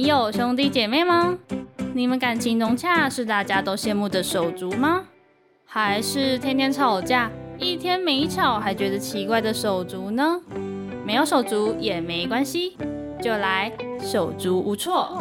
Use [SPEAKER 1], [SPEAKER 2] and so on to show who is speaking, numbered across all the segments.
[SPEAKER 1] 有兄弟姐妹吗？你们感情融洽是大家都羡慕的手足吗？还是天天吵架，一天没吵还觉得奇怪的手足呢？没有手足也没关系，就来手足无措。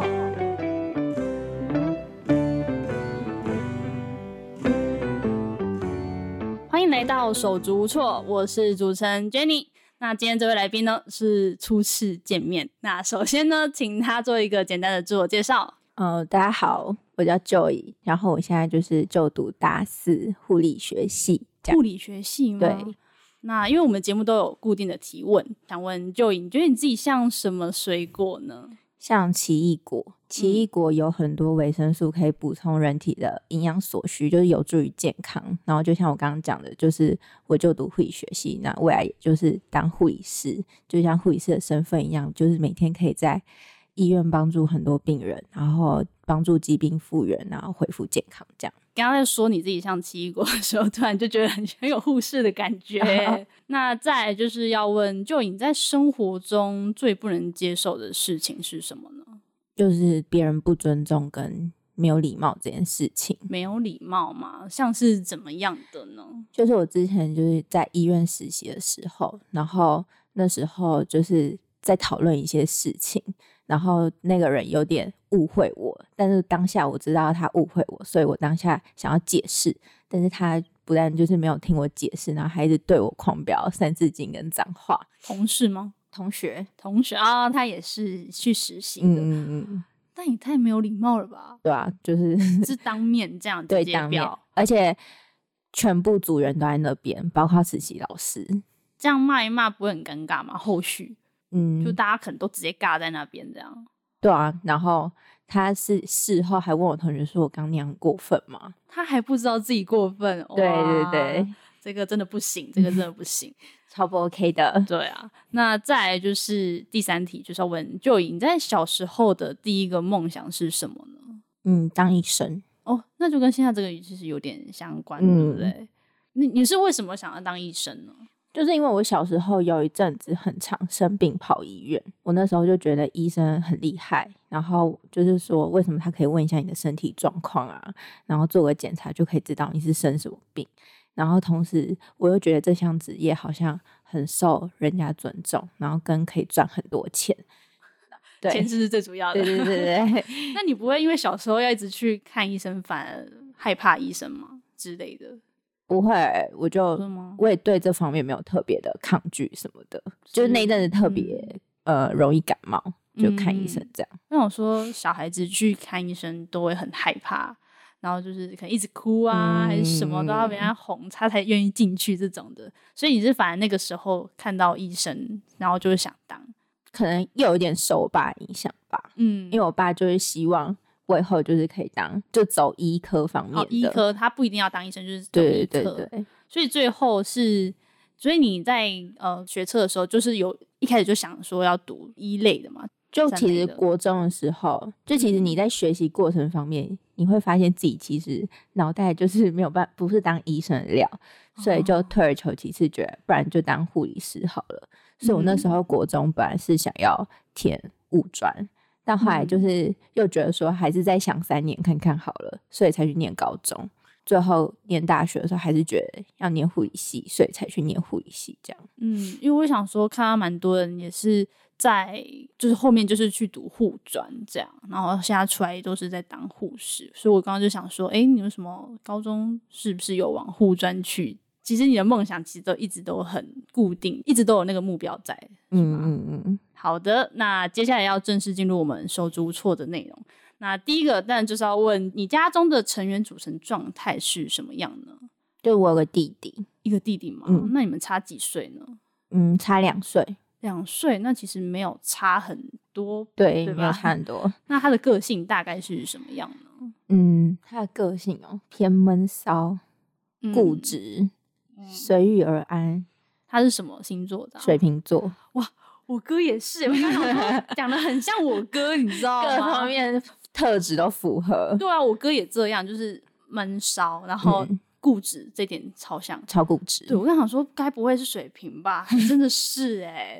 [SPEAKER 1] 欢迎来到手足无措，我是主持人 Jenny。那今天这位来宾呢是初次见面，那首先呢，请他做一个简单的自我介绍。
[SPEAKER 2] 大家好，我叫 Joy， 然后我现在就是就读大4护理学系。
[SPEAKER 1] 护理学系吗？
[SPEAKER 2] 对。
[SPEAKER 1] 那因为我们节目都有固定的提问，想问 Joy， 你觉得你自己像什么水果呢？
[SPEAKER 2] 像奇异果，奇异果有很多维生素可以补充人体的营养所需，就是有助于健康。然后就像我刚刚讲的，就是我就读护理学系，那未来也就是当护理师，就像护理师的身份一样，就是每天可以在医院帮助很多病人，然后帮助疾病复原，然后恢复健康这样。
[SPEAKER 1] 刚刚在说你自己像奇异果的时候，突然就觉得很有护士的感觉。那再来就是要问，就你在生活中最不能接受的事情是什么呢？
[SPEAKER 2] 就是别人不尊重跟没有礼貌这件事情。
[SPEAKER 1] 没有礼貌吗？像是怎么样的呢？
[SPEAKER 2] 就是我之前就是在医院实习的时候，然后那时候就是在讨论一些事情，然后那个人有点误会我，但是当下我知道他误会我，所以我当下想要解释，但是他不但就是没有听我解释，然后还一直对我狂飙三字经跟脏话。
[SPEAKER 1] 同事吗？
[SPEAKER 2] 同学
[SPEAKER 1] 啊，他也是去实习的。但你太没有礼貌了吧？
[SPEAKER 2] 对啊，就是
[SPEAKER 1] 是当面这样直接
[SPEAKER 2] 对，当面，
[SPEAKER 1] 飙，
[SPEAKER 2] 而且全部组员都在那边，包括实习老师。
[SPEAKER 1] 这样骂一骂不会很尴尬吗？后续就大家可能都直接尬在那边这样。
[SPEAKER 2] 对啊，然后他是事后还问我同学说我刚那样过分吗？
[SPEAKER 1] 他还不知道自己过分。
[SPEAKER 2] 对对对，
[SPEAKER 1] 这个真的不行，这个真的不行。
[SPEAKER 2] 超不 OK 的。
[SPEAKER 1] 对啊，那再来就是第3题，就是要问Joy，你在小时候的第一个梦想是什么呢？
[SPEAKER 2] 当医生。
[SPEAKER 1] 哦，那就跟现在这个其实有点相关，对不对？你是为什么想要当医生呢？
[SPEAKER 2] 就是因为我小时候有一阵子很常生病跑医院，我那时候就觉得医生很厉害，然后就是说为什么他可以问一下你的身体状况啊，然后做个检查就可以知道你是生什么病，然后同时我又觉得这项职业好像很受人家尊重，然后跟可以赚很多钱。对，
[SPEAKER 1] 钱是最主要的。
[SPEAKER 2] 对对对对。
[SPEAKER 1] 那你不会因为小时候要一直去看医生反而害怕医生吗之类的？
[SPEAKER 2] 不会，我也对这方面没有特别的抗拒什么的，就是那一阵子特别容易感冒，就看医生这样。
[SPEAKER 1] 那我说小孩子去看医生都会很害怕，然后就是可能一直哭啊，还是什么都要被他哄，他才愿意进去这种的。所以你是反而那个时候看到医生，然后就会想当，
[SPEAKER 2] 可能又有一点受我爸影响吧。因为我爸就是希望我以后就是可以就走医科方面的。
[SPEAKER 1] 医科他不一定要当医生，就是走医科。对对对。所以最后所以你在学测的时候，就是一开始就想说要读医类的嘛？
[SPEAKER 2] 就其实国中的时候，就其实你在学习过程方面，你会发现自己其实脑袋就是没有办法，不是当医生的料，所以就退而求其次，觉得不然就当护理师好了。所以我那时候国中本来是想要填五专，但后来就是又觉得说还是再想3年看看好了，所以才去念高中。最后念大学的时候还是觉得要念护理系，所以才去念护理系这样。
[SPEAKER 1] 因为我想说看到蛮多人也是在就是后面就是去读护专这样，然后现在出来都是在当护士，所以我刚刚就想说你有什么高中是不是有往护专去？其实你的梦想其实一直都很固定，一直都有那个目标在。好的，那接下来要正式进入我们手足无措的内容。那第一个当然就是要问你家中的成员组成状态是什么样呢？
[SPEAKER 2] 就我有个弟弟。
[SPEAKER 1] 一个弟弟吗？那你们差几岁呢？
[SPEAKER 2] 差2岁。
[SPEAKER 1] 2岁，那其实没有差很多。
[SPEAKER 2] 对，没有差很多。
[SPEAKER 1] 那他的个性大概是什么样呢？
[SPEAKER 2] 他的个性偏闷骚、固执、随遇而安。
[SPEAKER 1] 他是什么星座的？
[SPEAKER 2] 水瓶座。
[SPEAKER 1] 哇，我哥也是，我刚刚讲的很像我哥，你知道吗？
[SPEAKER 2] 各方面特质都符合。
[SPEAKER 1] 对啊，我哥也这样，就是闷骚，然后固执，这点超像，
[SPEAKER 2] 超固执。
[SPEAKER 1] 对，我刚想说该不会是水瓶吧？还真的是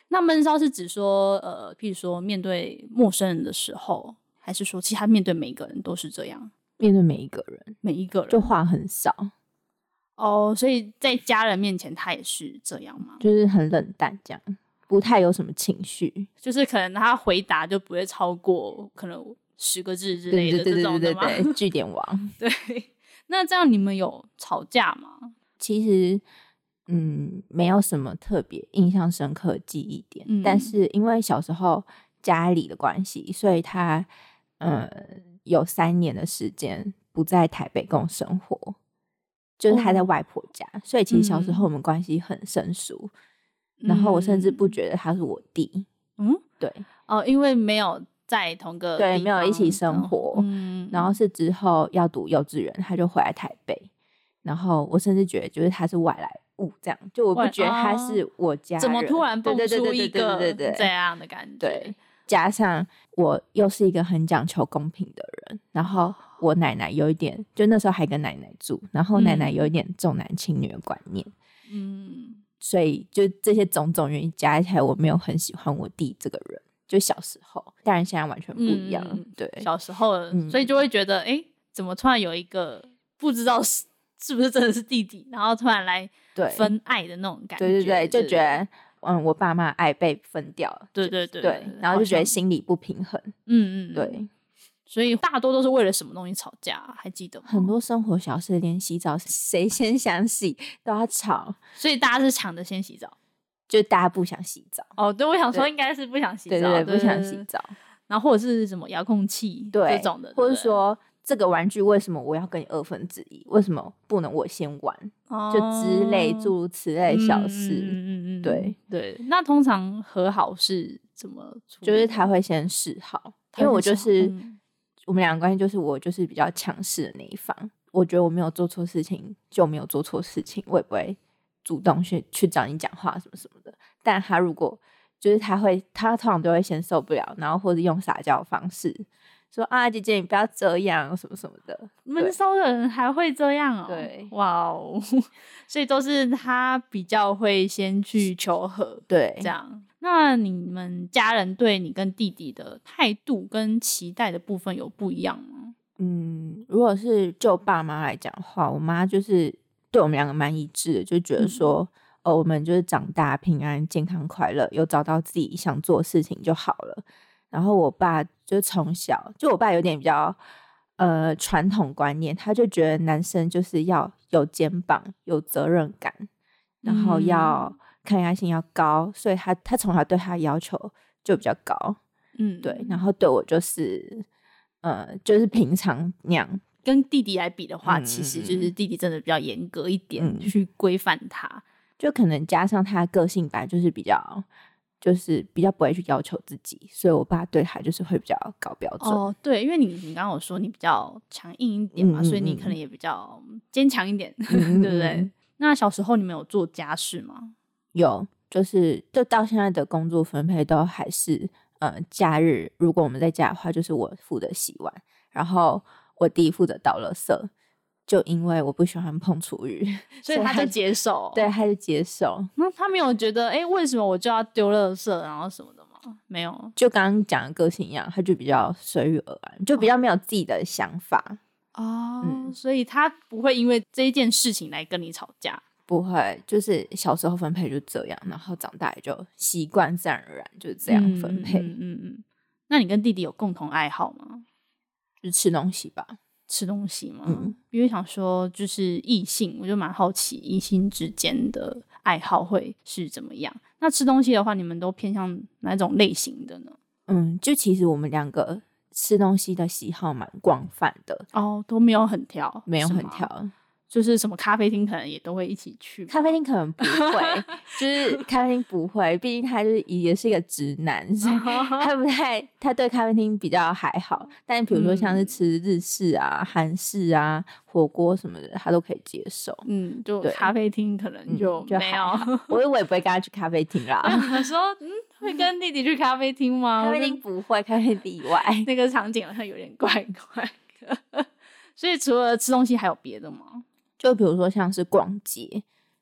[SPEAKER 1] 那闷骚是指说譬如说面对陌生人的时候，还是说其实他面对每一个人都是这样？
[SPEAKER 2] 面对每一个人，
[SPEAKER 1] 每一个人
[SPEAKER 2] 就话很少。
[SPEAKER 1] 哦，所以在家人面前他也是这样吗？
[SPEAKER 2] 就是很冷淡这样，不太有什么情绪。
[SPEAKER 1] 就是可能他回答就不会超过可能10个字之类的这种的吗？
[SPEAKER 2] 对，句点王。
[SPEAKER 1] 对，那这样你们有吵架吗？
[SPEAKER 2] 其实没有什么特别印象深刻的记忆点，但是因为小时候家里的关系，所以他有3年的时间不在台北跟我生活，就是他在外婆家，所以其实小时候我们关系很生疏，然后我甚至不觉得他是我弟。对
[SPEAKER 1] 因为没有在同个
[SPEAKER 2] 对，
[SPEAKER 1] 地
[SPEAKER 2] 没有一起
[SPEAKER 1] 方
[SPEAKER 2] 生活，然后是之后要读幼稚园，他就回来台北，然后我甚至觉得就是他是外来物，这样就我不觉得他是我家人，
[SPEAKER 1] 怎么突然蹦出一个这样的感觉？
[SPEAKER 2] 对，加上我又是一个很讲求公平的人，然后我奶奶有一点，就那时候还跟奶奶住，然后奶奶有一点重男轻女的观念，所以就这些种种原因加起来，我没有很喜欢我弟这个人。就小时候，当然现在完全不一样。对，
[SPEAKER 1] 小时候所以就会觉得，怎么突然有一个不知道是不是真的是弟弟，然后突然来分爱的那种感觉。
[SPEAKER 2] 对，就觉得我爸妈爱被分掉了。
[SPEAKER 1] 对，
[SPEAKER 2] 然后就觉得心里不平衡。对。
[SPEAKER 1] 所以大多都是为了什么东西吵架，还记得吗？
[SPEAKER 2] 很多生活小事，连洗澡谁先想洗都要吵，
[SPEAKER 1] 所以大家是抢着先洗澡，
[SPEAKER 2] 就大家不想洗澡。
[SPEAKER 1] 对，我想说应该是不想洗澡，
[SPEAKER 2] 对，不想洗澡。
[SPEAKER 1] 然后或者是什么遥控器这种的，
[SPEAKER 2] 或者说这个玩具为什么我要跟你1/2？为什么不能我先玩？就之类诸如此类小事。
[SPEAKER 1] 对。那通常和好是怎么处理？
[SPEAKER 2] 就是他会先示好，因为我就是我们两个关系，就是我就是比较强势的那一方。我觉得我没有做错事情就没有做错事情，我也不会主动去找你讲话什么什么的。但他如果就是他通常都会先受不了，然后或者用撒娇的方式说啊，姐姐你不要这样什么什么的。
[SPEAKER 1] 闷骚的人还会这样哦？
[SPEAKER 2] 对，
[SPEAKER 1] 哇哦，所以都是他比较会先去求和，
[SPEAKER 2] 对，
[SPEAKER 1] 这样。那你们家人对你跟弟弟的态度跟期待的部分有不一样吗？
[SPEAKER 2] 如果是就爸妈来讲的话，我妈就是对我们两个蛮一致的，就觉得说我们就是长大平安健康快乐，有找到自己想做的事情就好了。然后我爸就从小就我爸有点比较传统观念，他就觉得男生就是要有肩膀有责任感，然后要抗压性要高，所以他从小对他的要求就比较高。对，然后对我就是就是平常那样。
[SPEAKER 1] 跟弟弟来比的话，其实就是弟弟真的比较严格一点，去规范他。
[SPEAKER 2] 就可能加上他的个性本来就是比较不会去要求自己，所以我爸对他就是会比较高标准。
[SPEAKER 1] 对，因为你刚刚有说你比较强硬一点嘛，所以你可能也比较坚强一点，对不对？那小时候你们有做家事吗？
[SPEAKER 2] 有，就到现在的工作分配都还是假日如果我们在家的话，就是我负责洗碗，然后我弟负责倒垃圾。就因为我不喜欢碰厨余，
[SPEAKER 1] 所以他就接受。
[SPEAKER 2] 对，他就接受。
[SPEAKER 1] 那他没有觉得为什么我就要丢垃圾然后什么的吗？没有，
[SPEAKER 2] 就刚刚讲的个性一样，他就比较随遇而安，就比较没有自己的想法。
[SPEAKER 1] 所以他不会因为这一件事情来跟你吵架。
[SPEAKER 2] 不会，就是小时候分配就这样，然后长大也就习惯自然而然就是这样分配。
[SPEAKER 1] 那你跟弟弟有共同爱好吗？
[SPEAKER 2] 就是吃东西吧。
[SPEAKER 1] 吃东西吗？因为想说就是异性，我就蛮好奇异性之间的爱好会是怎么样。那吃东西的话，你们都偏向哪种类型的呢？
[SPEAKER 2] 就其实我们两个吃东西的喜好蛮广泛的。
[SPEAKER 1] 都没有很挑。
[SPEAKER 2] 没有很挑。
[SPEAKER 1] 就是什么咖啡厅可能也都会一起去。
[SPEAKER 2] 咖啡厅可能不会就是咖啡厅不会，毕竟他就是也是一个直男，所以他对咖啡厅比较还好。但比如说像是吃日式啊韩式啊火锅什么的他都可以接受。
[SPEAKER 1] 就咖啡厅可能就没有。
[SPEAKER 2] 我也不会跟他去咖啡厅啦。
[SPEAKER 1] 说会跟弟弟去咖啡厅吗？
[SPEAKER 2] 咖啡厅不会，咖啡厅例外。
[SPEAKER 1] 那个场景好像有点怪怪的。所以除了吃东西还有别的吗？
[SPEAKER 2] 就比如说像是逛街，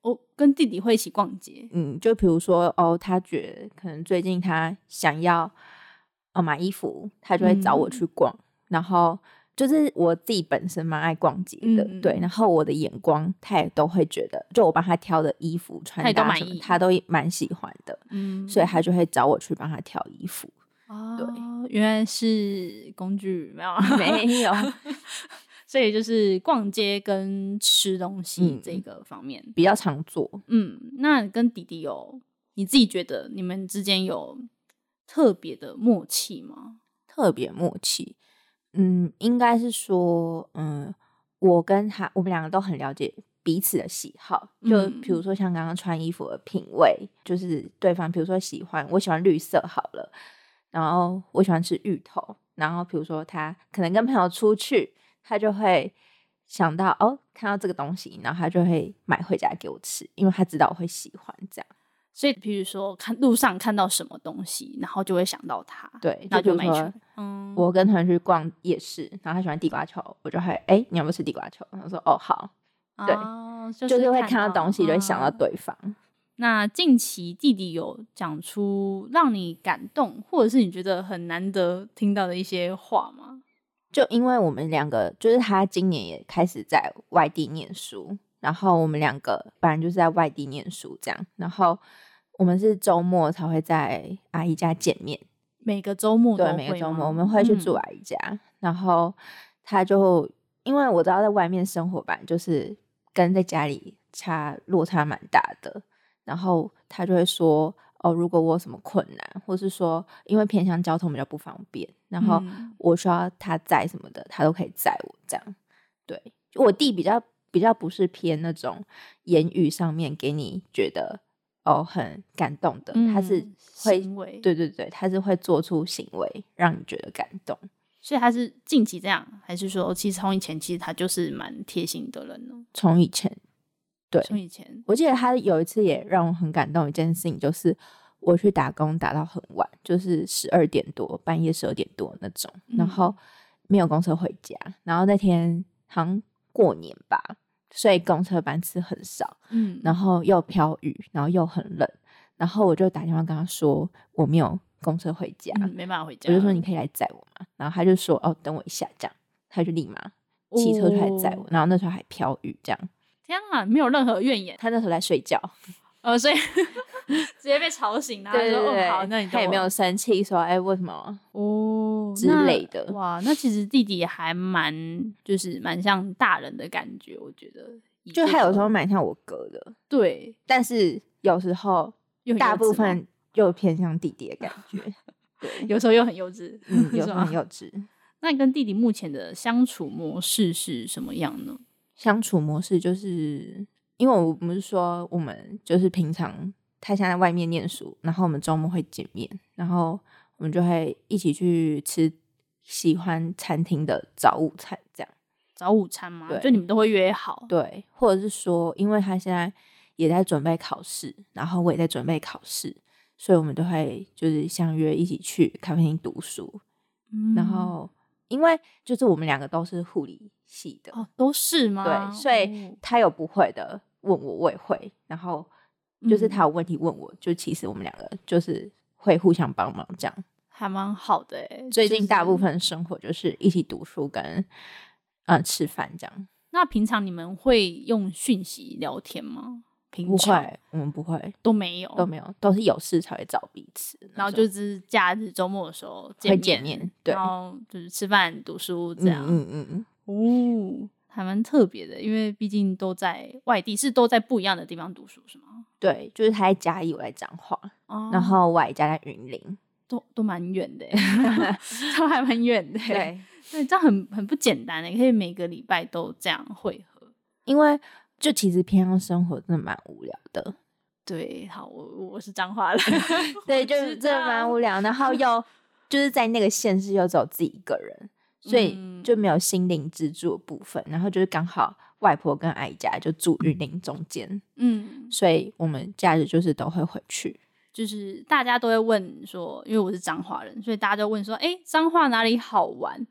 [SPEAKER 1] 跟弟弟会一起逛街。
[SPEAKER 2] 就比如说他觉得可能最近他想要买衣服，他就会找我去逛，然后就是我自己本身蛮爱逛街的，对，然后我的眼光他也都会觉得，就我帮他挑的衣服穿搭什么他都蛮喜欢的，所以他就会找我去帮他挑衣服。对，
[SPEAKER 1] 原来是工具，没有
[SPEAKER 2] 没有
[SPEAKER 1] 所以就是逛街跟吃东西这个方面
[SPEAKER 2] 比较常做。
[SPEAKER 1] 那跟弟弟你自己觉得你们之间有特别的默契吗？
[SPEAKER 2] 特别默契，应该是说，我跟他，我们两个都很了解彼此的喜好。就比如说像刚刚穿衣服的品味，就是对方，比如说我喜欢绿色好了，然后我喜欢吃芋头，然后比如说他可能跟朋友出去，他就会想到看到这个东西，然后他就会买回家给我吃，因为他知道我会喜欢这样。
[SPEAKER 1] 所以比如说路上看到什么东西，然后就会想到他，
[SPEAKER 2] 对，
[SPEAKER 1] 然后就买去。
[SPEAKER 2] 我跟同学去逛夜市，然后他喜欢地瓜球，我就会你要不要吃地瓜球？他说好，对，就是会看到东西就会想到对方。
[SPEAKER 1] 那近期弟弟有讲出让你感动，或者是你觉得很难得听到的一些话吗？
[SPEAKER 2] 就因为我们两个，就是他今年也开始在外地念书，然后我们两个本来就是在外地念书这样，然后我们是周末才会在阿姨家见面，
[SPEAKER 1] 每个周末都会吗？
[SPEAKER 2] 对，每个周末我们会去住阿姨家，然后他就因为我知道在外面生活吧，就是跟在家里落差蛮大的，然后他就会说如果我有什么困难，或是说因为偏乡交通比较不方便，然后我需要他载什么的，他都可以载我这样。对，我弟比较不是偏那种言语上面给你觉得很感动的，他是会
[SPEAKER 1] 行为，
[SPEAKER 2] 对对对，他是会做出行为让你觉得感动。
[SPEAKER 1] 所以他是近期这样，还是说其实从以前其实他就是蛮贴心的人呢？
[SPEAKER 2] 从以前，对，
[SPEAKER 1] 从以前，
[SPEAKER 2] 我记得他有一次也让我很感动一件事情，就是我去打工打到很晚，就是12点多，半夜12点多那种，然后没有公车回家，然后那天好像过年吧，所以公车班次很少，然后又飘雨，然后又很冷，然后我就打电话跟他说我没有公车回家，
[SPEAKER 1] 没办法回家，
[SPEAKER 2] 我就说你可以来载我吗？然后他就说等我一下这样，他就立马骑车出来载我，然后那时候还飘雨这样。
[SPEAKER 1] 天啊，没有任何怨言。
[SPEAKER 2] 他那时候在睡觉，
[SPEAKER 1] 所以直接被吵醒，然后说好，那你
[SPEAKER 2] 他也没有生气说为什么之类的。
[SPEAKER 1] 哇，那其实弟弟还蛮像大人的感觉，我觉得
[SPEAKER 2] 就他有时候蛮像我哥的，
[SPEAKER 1] 对，
[SPEAKER 2] 但是有时候大部分又偏向弟弟的感觉。
[SPEAKER 1] 对，有时候又很幼稚，
[SPEAKER 2] 有时候很幼稚。
[SPEAKER 1] 那你跟弟弟目前的相处模式是什么样呢？
[SPEAKER 2] 相处模式就是因为我们是说我们就是平常他现在在外面念书，然后我们周末会见面，然后我们就会一起去吃喜欢餐厅的早午餐这样。
[SPEAKER 1] 早午餐吗？就你们都会约好？
[SPEAKER 2] 对，或者是说因为他现在也在准备考试，然后我也在准备考试，所以我们都会就是相约一起去咖啡厅读书。然后因为就是我们两个都是护理系的，
[SPEAKER 1] 都是吗？
[SPEAKER 2] 对，所以他有不会的问我，我也会，然后就是他有问题问我，就其实我们两个就是会互相帮忙这样，
[SPEAKER 1] 还蛮好的耶。
[SPEAKER 2] 最近大部分生活就是一起读书跟吃饭这样。
[SPEAKER 1] 那平常你们会用讯息聊天吗？
[SPEAKER 2] 不会，我们不会，
[SPEAKER 1] 都没有，
[SPEAKER 2] 都是有事才会找彼此，
[SPEAKER 1] 然后就是假日周末的时候
[SPEAKER 2] 会见面，对，
[SPEAKER 1] 然后就是吃饭读书这样。还蛮特别的，因为毕竟都在外地，是都在不一样的地方读书是吗？
[SPEAKER 2] 对，就是他在嘉义，我在彰化，然后我家在云林，
[SPEAKER 1] 都蛮远的都还蛮远的。
[SPEAKER 2] 对，
[SPEAKER 1] 这样很不简单的，可以每个礼拜都这样会合，
[SPEAKER 2] 因为就其实平常生活真的蛮无聊的。
[SPEAKER 1] 对，好，我是彰化人
[SPEAKER 2] 对，就是真的蛮无聊，然后又就是在那个县市又只有自己一个人，所以就没有心灵支柱的部分，然后就是刚好外婆跟阿姨家就住云林中间，所以我们假日就是都会回去。
[SPEAKER 1] 就是大家都会问说，因为我是彰化人，所以大家就问说彰化哪里好玩？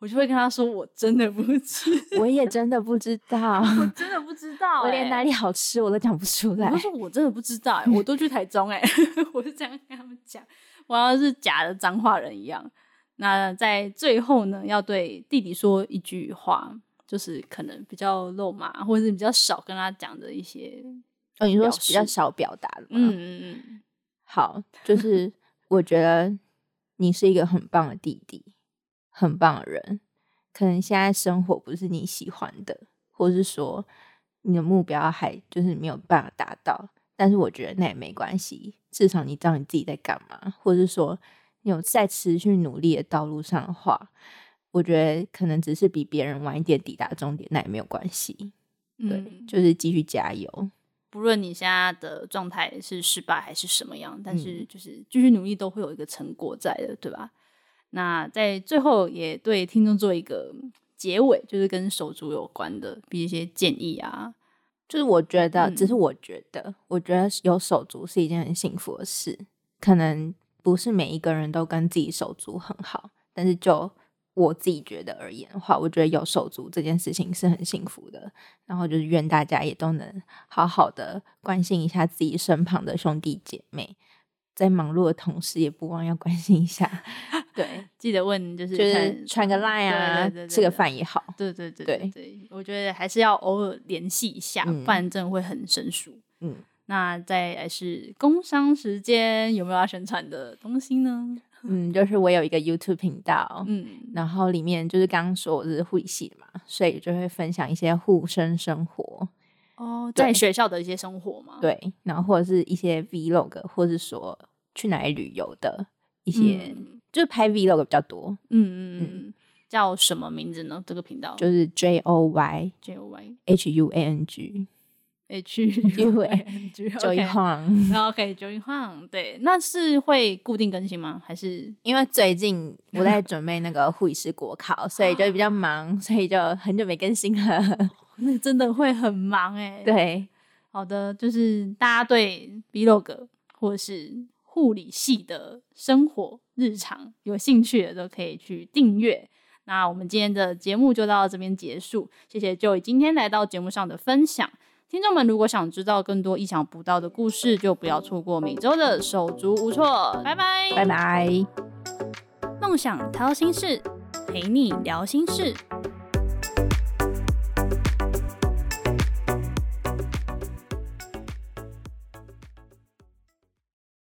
[SPEAKER 1] 我就会跟他说我真的不知
[SPEAKER 2] 我也真的不知道，
[SPEAKER 1] 我真的不知道、
[SPEAKER 2] 我连哪里好吃我都讲不出来。
[SPEAKER 1] 我就说我真的不知道、我都去台中我是这样跟他们讲，我要是假的彰化人一样。那在最后呢，要对弟弟说一句话，就是可能比较肉麻，或者是比较少跟他讲的一些。
[SPEAKER 2] 你说比较少表达的吗？好，就是我觉得你是一个很棒的弟弟，很棒的人。可能现在生活不是你喜欢的，或是说你的目标还就是没有办法达到，但是我觉得那也没关系，至少你知道你自己在干嘛，或是说你有在持续努力的道路上的话，我觉得可能只是比别人晚一点抵达终点，那也没有关系。对，就是继续加油。
[SPEAKER 1] 不论你现在的状态是失败还是什么样，但是就是继续努力都会有一个成果在的，对吧？那在最后也对听众做一个结尾，就是跟手足有关的，比如一些建议啊。
[SPEAKER 2] 就是我觉得，只是我觉得有手足是一件很幸福的事。可能不是每一个人都跟自己手足很好，但是就我自己觉得而言的话，我觉得有手足这件事情是很幸福的。然后就是愿大家也都能好好的关心一下自己身旁的兄弟姐妹，在忙碌的同时也不忘要关心一下。对，
[SPEAKER 1] 记得问就是
[SPEAKER 2] 传个 line 啊，吃个饭也好。
[SPEAKER 1] 对，我觉得还是要偶尔联系一下，不然真的会很生疏。那再来是工商时间，有没有要宣传的东西呢？
[SPEAKER 2] 就是我有一个 YouTube 频道，然后里面就是刚刚说我是护理系的嘛，所以就会分享一些护生生活
[SPEAKER 1] 在学校的一些生活嘛。
[SPEAKER 2] 对，然后或者是一些 Vlog， 或是说去哪里旅游的一些，就是拍 Vlog 比较多。
[SPEAKER 1] 叫什么名字呢？这个频道
[SPEAKER 2] 就是 JOY HUANG Joy Huang
[SPEAKER 1] Joy Huang 对，那是会固定更新吗？还是
[SPEAKER 2] 因为最近我在准备那个护理师国考，所以就比较忙，所以就很久没更新了。
[SPEAKER 1] 那真的会很忙
[SPEAKER 2] 对，
[SPEAKER 1] 好的，就是大家对 Vlog 或者是护理系的生活日常有兴趣的都可以去订阅。那我们今天的节目就到这边结束，谢谢 Joy 今天来到节目上的分享。听众们如果想知道更多意想不到的故事，就不要错过每周的手足无措。拜拜，
[SPEAKER 2] 拜拜。
[SPEAKER 1] 梦想掏心事，陪你聊心事。